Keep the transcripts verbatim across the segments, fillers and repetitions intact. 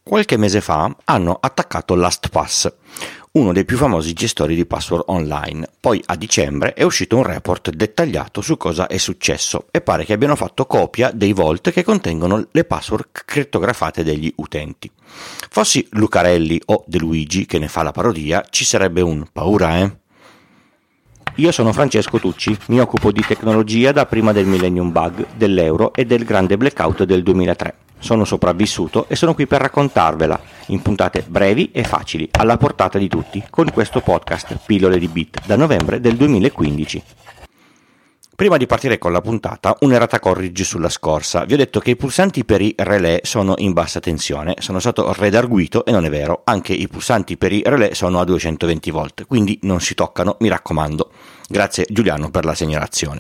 qualche mese fa hanno attaccato LastPass, uno dei più famosi gestori di password online. Poi a dicembre è uscito un report dettagliato su cosa è successo e pare che abbiano fatto copia dei vault che contengono le password crittografate degli utenti. Fossi Lucarelli o De Luigi che ne fa la parodia, ci sarebbe un paura, eh? Io sono Francesco Tucci, mi occupo di tecnologia da prima del Millennium Bug, dell'euro e del grande blackout del duemilatré. Sono sopravvissuto e sono qui per raccontarvela, in puntate brevi e facili, alla portata di tutti, con questo podcast Pillole di Bit, da novembre del duemilaquindici. Prima di partire con la puntata, un'errata corrige sulla scorsa. Vi ho detto che i pulsanti per i relè sono in bassa tensione. Sono stato redarguito e non è vero. Anche i pulsanti per i relè sono a duecentoventi volt, quindi non si toccano, mi raccomando. Grazie Giuliano per la segnalazione.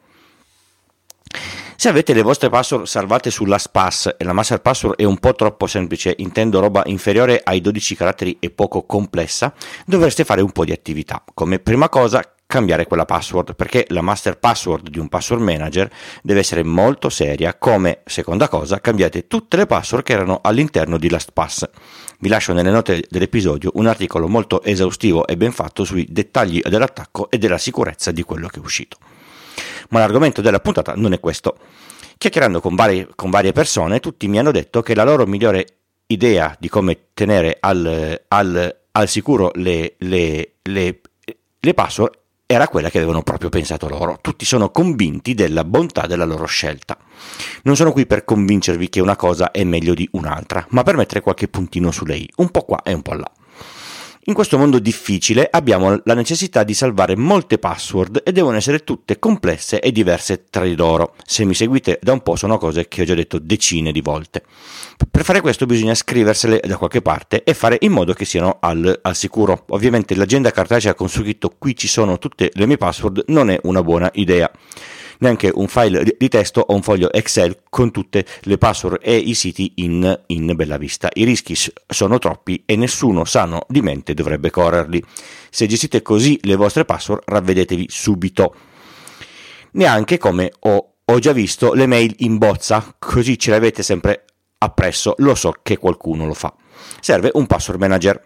Se avete le vostre password salvate su LastPass e la master password è un po' troppo semplice, intendo roba inferiore ai dodici caratteri e poco complessa, dovreste fare un po' di attività. Come prima cosa, cambiare quella password, perché la master password di un password manager deve essere molto seria. Come seconda cosa, cambiate tutte le password che erano all'interno di LastPass. Vi lascio nelle note dell'episodio un articolo molto esaustivo e ben fatto sui dettagli dell'attacco e della sicurezza di quello che è uscito. Ma l'argomento della puntata non è questo. Chiacchierando con varie, con varie persone, tutti mi hanno detto che la loro migliore idea di come tenere al, al, al sicuro le, le, le, le password era quella che avevano proprio pensato loro. Tutti sono convinti della bontà della loro scelta. Non sono qui per convincervi che una cosa è meglio di un'altra, ma per mettere qualche puntino su lei, un po' qua e un po' là. In questo mondo difficile abbiamo la necessità di salvare molte password e devono essere tutte complesse e diverse tra di loro. Se mi seguite da un po' sono cose che ho già detto decine di volte. Per fare questo bisogna scriversele da qualche parte e fare in modo che siano al, al sicuro. Ovviamente l'agenda cartacea con su scritto qui ci sono tutte le mie password non è una buona idea. Neanche un file di testo o un foglio Excel con tutte le password e i siti in, in bella vista. I rischi sono troppi e nessuno sano di mente dovrebbe correrli. Se gestite così le vostre password, ravvedetevi subito. Neanche, come ho, ho già visto, le mail in bozza, così ce le avete sempre appresso. Lo so che qualcuno lo fa. Serve un password manager.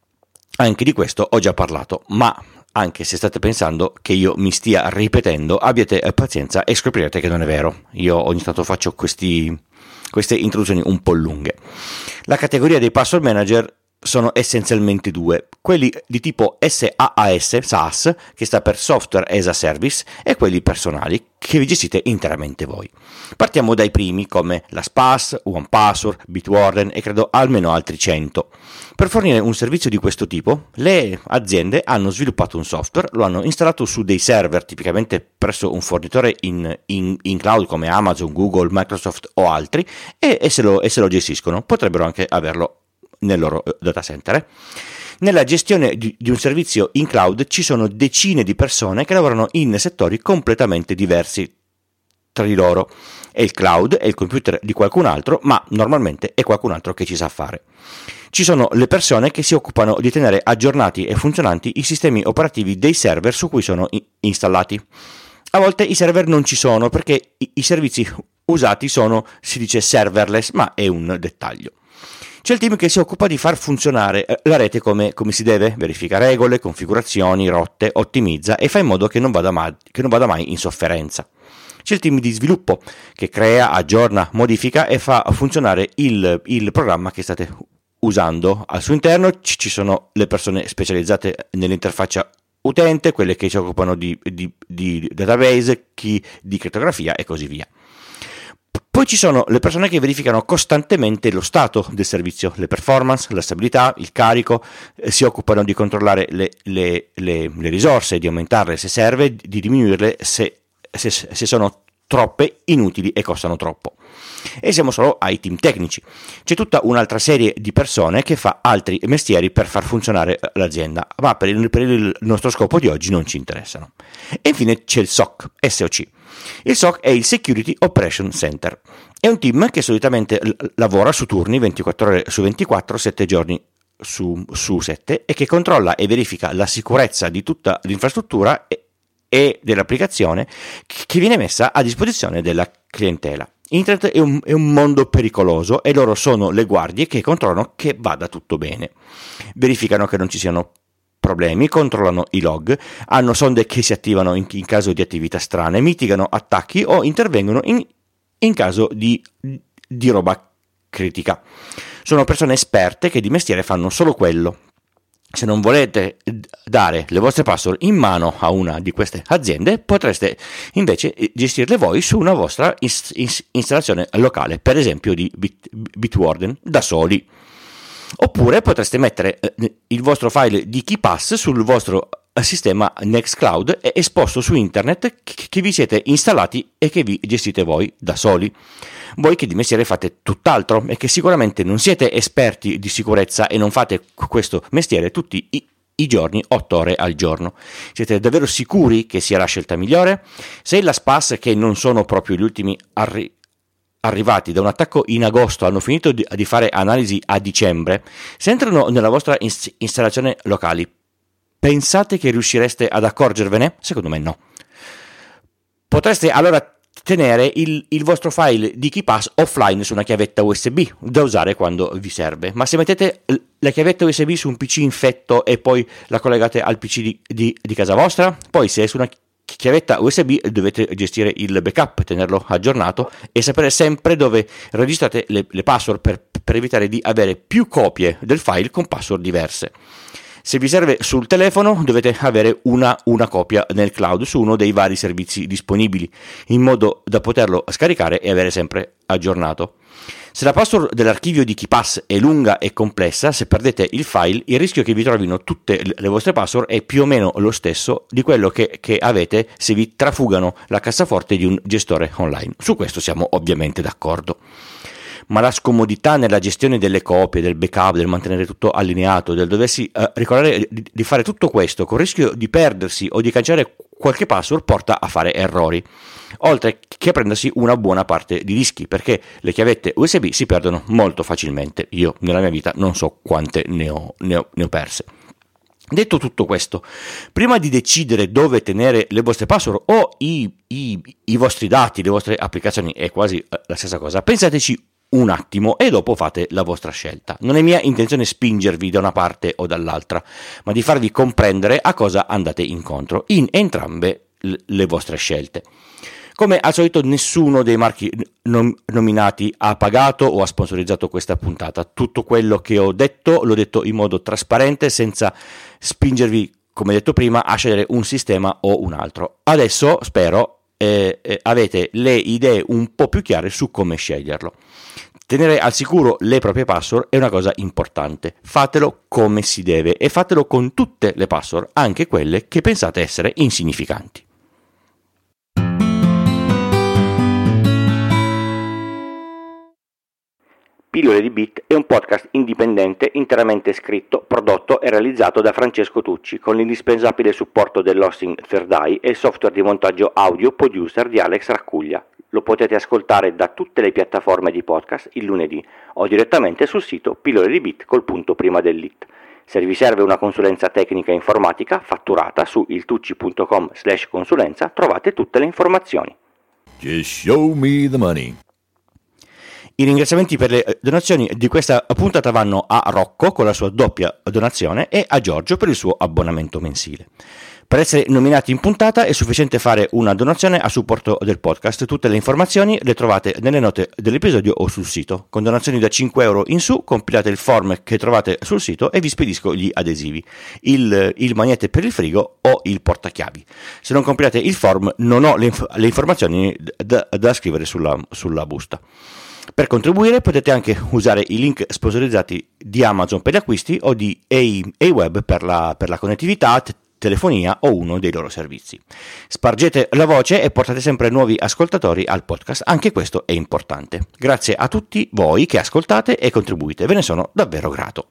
Anche di questo ho già parlato, ma anche se state pensando che io mi stia ripetendo, abbiate pazienza e scoprirete che non è vero. Io ogni tanto faccio questi, queste introduzioni un po' lunghe. La categoria dei password manager sono essenzialmente due, quelli di tipo SaaS, SaaS, che sta per Software as a Service, e quelli personali, che vi gestite interamente voi. Partiamo dai primi, come LastPass, OnePassword, Bitwarden e credo almeno altri cento. Per fornire un servizio di questo tipo, le aziende hanno sviluppato un software, lo hanno installato su dei server, tipicamente presso un fornitore in, in, in cloud come Amazon, Google, Microsoft o altri, e, e, se lo, e se lo gestiscono. Potrebbero anche averlo nel loro data center. Nella gestione di, di un servizio in cloud ci sono decine di persone che lavorano in settori completamente diversi tra di loro. È il cloud, è il computer di qualcun altro, ma normalmente è qualcun altro che ci sa fare. Ci sono le persone che si occupano di tenere aggiornati e funzionanti i sistemi operativi dei server su cui sono i- installati. A volte i server non ci sono perché i, i servizi usati sono, si dice serverless, ma è un dettaglio. C'è il team che si occupa di far funzionare la rete come, come si deve, verifica regole, configurazioni, rotte, ottimizza e fa in modo che non vada mai, che non vada mai in sofferenza. C'è il team di sviluppo che crea, aggiorna, modifica e fa funzionare il, il programma che state usando. Al suo interno ci sono le persone specializzate nell'interfaccia utente, quelle che si occupano di, di, di database, chi di crittografia e così via. Poi ci sono le persone che verificano costantemente lo stato del servizio, le performance, la stabilità, il carico, eh, si occupano di controllare le, le, le, le risorse, di aumentarle se serve, di diminuirle se, se, se sono troppe, inutili e costano troppo. E siamo solo ai team tecnici. C'è tutta un'altra serie di persone che fa altri mestieri per far funzionare l'azienda, ma per il, per il nostro scopo di oggi non ci interessano. E infine c'è il S O C, S O C. Il S O C è il Security Operation Center. È un team che solitamente l- lavora su turni ventiquattro ore su ventiquattro, sette giorni su, su sette e che controlla e verifica la sicurezza di tutta l'infrastruttura e, e dell'applicazione che viene messa a disposizione della clientela. Internet è un, è un mondo pericoloso e loro sono le guardie che controllano che vada tutto bene. Verificano che non ci siano problemi, controllano i log, hanno sonde che si attivano in, in caso di attività strane, mitigano attacchi o intervengono in, in caso di, di roba critica. Sono persone esperte che di mestiere fanno solo quello. Se non volete dare le vostre password in mano a una di queste aziende, potreste invece gestirle voi su una vostra is- is- installazione locale, per esempio di Bit- Bitwarden, da soli. Oppure potreste mettere il vostro file di KeePass sul vostro sistema Nextcloud esposto su internet che vi siete installati e che vi gestite voi da soli. Voi che di mestiere fate tutt'altro e che sicuramente non siete esperti di sicurezza e non fate questo mestiere tutti i, i giorni, otto ore al giorno. Siete davvero sicuri che sia la scelta migliore? Se i LastPass, che non sono proprio gli ultimi arri- arrivati da un attacco in agosto, hanno finito di, di fare analisi a dicembre, se entrano nella vostra ins- installazione locali, pensate che riuscireste ad accorgervene? Secondo me no. Potreste allora tenere il, il vostro file di KeePass offline su una chiavetta U S B da usare quando vi serve, ma se mettete la chiavetta U S B su un P C infetto e poi la collegate al P C di, di, di casa vostra, poi se è su una chiavetta U S B dovete gestire il backup, tenerlo aggiornato e sapere sempre dove registrate le, le password per, per evitare di avere più copie del file con password diverse. Se vi serve sul telefono dovete avere una, una copia nel cloud su uno dei vari servizi disponibili, in modo da poterlo scaricare e avere sempre aggiornato. Se la password dell'archivio di KeePass è lunga e complessa, se perdete il file, il rischio che vi trovino tutte le vostre password è più o meno lo stesso di quello che, che avete se vi trafugano la cassaforte di un gestore online. Su questo siamo ovviamente d'accordo. Ma la scomodità nella gestione delle copie, del backup, del mantenere tutto allineato, del doversi uh, ricordare di, di fare tutto questo con il rischio di perdersi o di cancellare qualche password porta a fare errori, oltre che a prendersi una buona parte di rischi, perché le chiavette U S B si perdono molto facilmente. Io nella mia vita non so quante ne ho, ne ho, ne ho perse. Detto tutto questo, prima di decidere dove tenere le vostre password o i, i, i vostri dati, le vostre applicazioni, è quasi la stessa cosa, pensateci un attimo e dopo fate la vostra scelta. Non è mia intenzione spingervi da una parte o dall'altra, ma di farvi comprendere a cosa andate incontro in entrambe le vostre scelte. Come al solito nessuno dei marchi nom- nominati ha pagato o ha sponsorizzato questa puntata. Tutto quello che ho detto l'ho detto in modo trasparente, senza spingervi, come detto prima, a scegliere un sistema o un altro. Adesso spero eh, eh, avete le idee un po' più chiare su come sceglierlo. Tenere al sicuro le proprie password è una cosa importante. Fatelo come si deve e fatelo con tutte le password, anche quelle che pensate essere insignificanti. Pillole di Bit è un podcast indipendente interamente scritto, prodotto e realizzato da Francesco Tucci con l'indispensabile supporto dell'hosting Third Eye e il software di montaggio audio Producer di Alex Raccuglia. Lo potete ascoltare da tutte le piattaforme di podcast il lunedì o direttamente sul sito Pillole di Bit col punto prima dell'it. Se vi serve una consulenza tecnica informatica fatturata su iltucci punto com slash consulenza trovate tutte le informazioni. Just show me the money. I ringraziamenti per le donazioni di questa puntata vanno a Rocco con la sua doppia donazione e a Giorgio per il suo abbonamento mensile. Per essere nominati in puntata è sufficiente fare una donazione a supporto del podcast. Tutte le informazioni le trovate nelle note dell'episodio o sul sito. Con donazioni da cinque euro in su compilate il form che trovate sul sito e vi spedisco gli adesivi, il, il magnete per il frigo o il portachiavi. Se non compilate il form non ho le, inf- le informazioni da, da scrivere sulla, sulla busta. Per contribuire potete anche usare i link sponsorizzati di Amazon per gli acquisti o di A-Web per la, per la connettività, t- telefonia o uno dei loro servizi. Spargete la voce e portate sempre nuovi ascoltatori al podcast, anche questo è importante. Grazie a tutti voi che ascoltate e contribuite, ve ne sono davvero grato.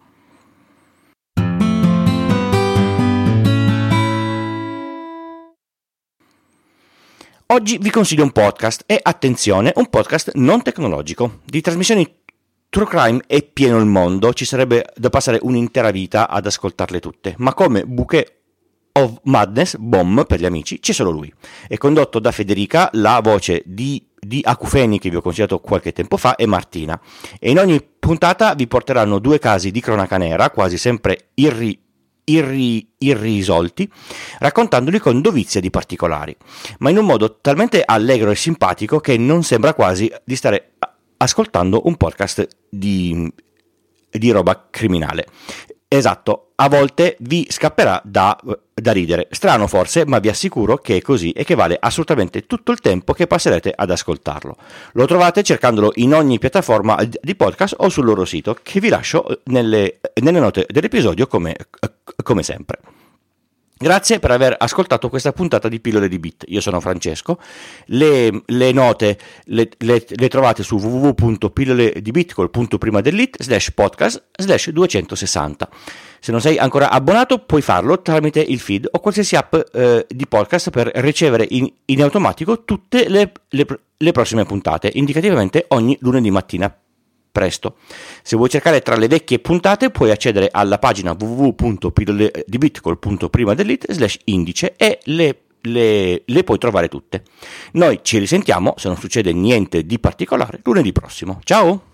Oggi vi consiglio un podcast e attenzione, un podcast non tecnologico. Di trasmissioni True Crime è pieno il mondo, ci sarebbe da passare un'intera vita ad ascoltarle tutte, ma come Bouquet of Madness, Bomb per gli amici, c'è solo lui. È condotto da Federica, la voce di di acufeni che vi ho consigliato qualche tempo fa e Martina, e in ogni puntata vi porteranno due casi di cronaca nera, quasi sempre irri, irri, irrisolti, raccontandoli con dovizia di particolari, ma in un modo talmente allegro e simpatico che non sembra quasi di stare ascoltando un podcast di, di roba criminale. Esatto, a volte vi scapperà da, da ridere. Strano forse, ma vi assicuro che è così e che vale assolutamente tutto il tempo che passerete ad ascoltarlo. Lo trovate cercandolo in ogni piattaforma di podcast o sul loro sito, che vi lascio nelle, nelle note dell'episodio come, come sempre. Grazie per aver ascoltato questa puntata di Pillole di Bit. Io sono Francesco. Le, le note le, le, le trovate su w w w punto pillole di bit col punto prima dell'it slash podcast slash duecentosessanta. Se non sei ancora abbonato puoi farlo tramite il feed o qualsiasi app eh, di podcast per ricevere in, in automatico tutte le, le, le prossime puntate, indicativamente ogni lunedì mattina presto. Se vuoi cercare tra le vecchie puntate puoi accedere alla pagina w w w punto pillole di bit col punto prima dell'it slash indice e le, le, le puoi trovare tutte. Noi ci risentiamo, se non succede niente di particolare, lunedì prossimo. Ciao!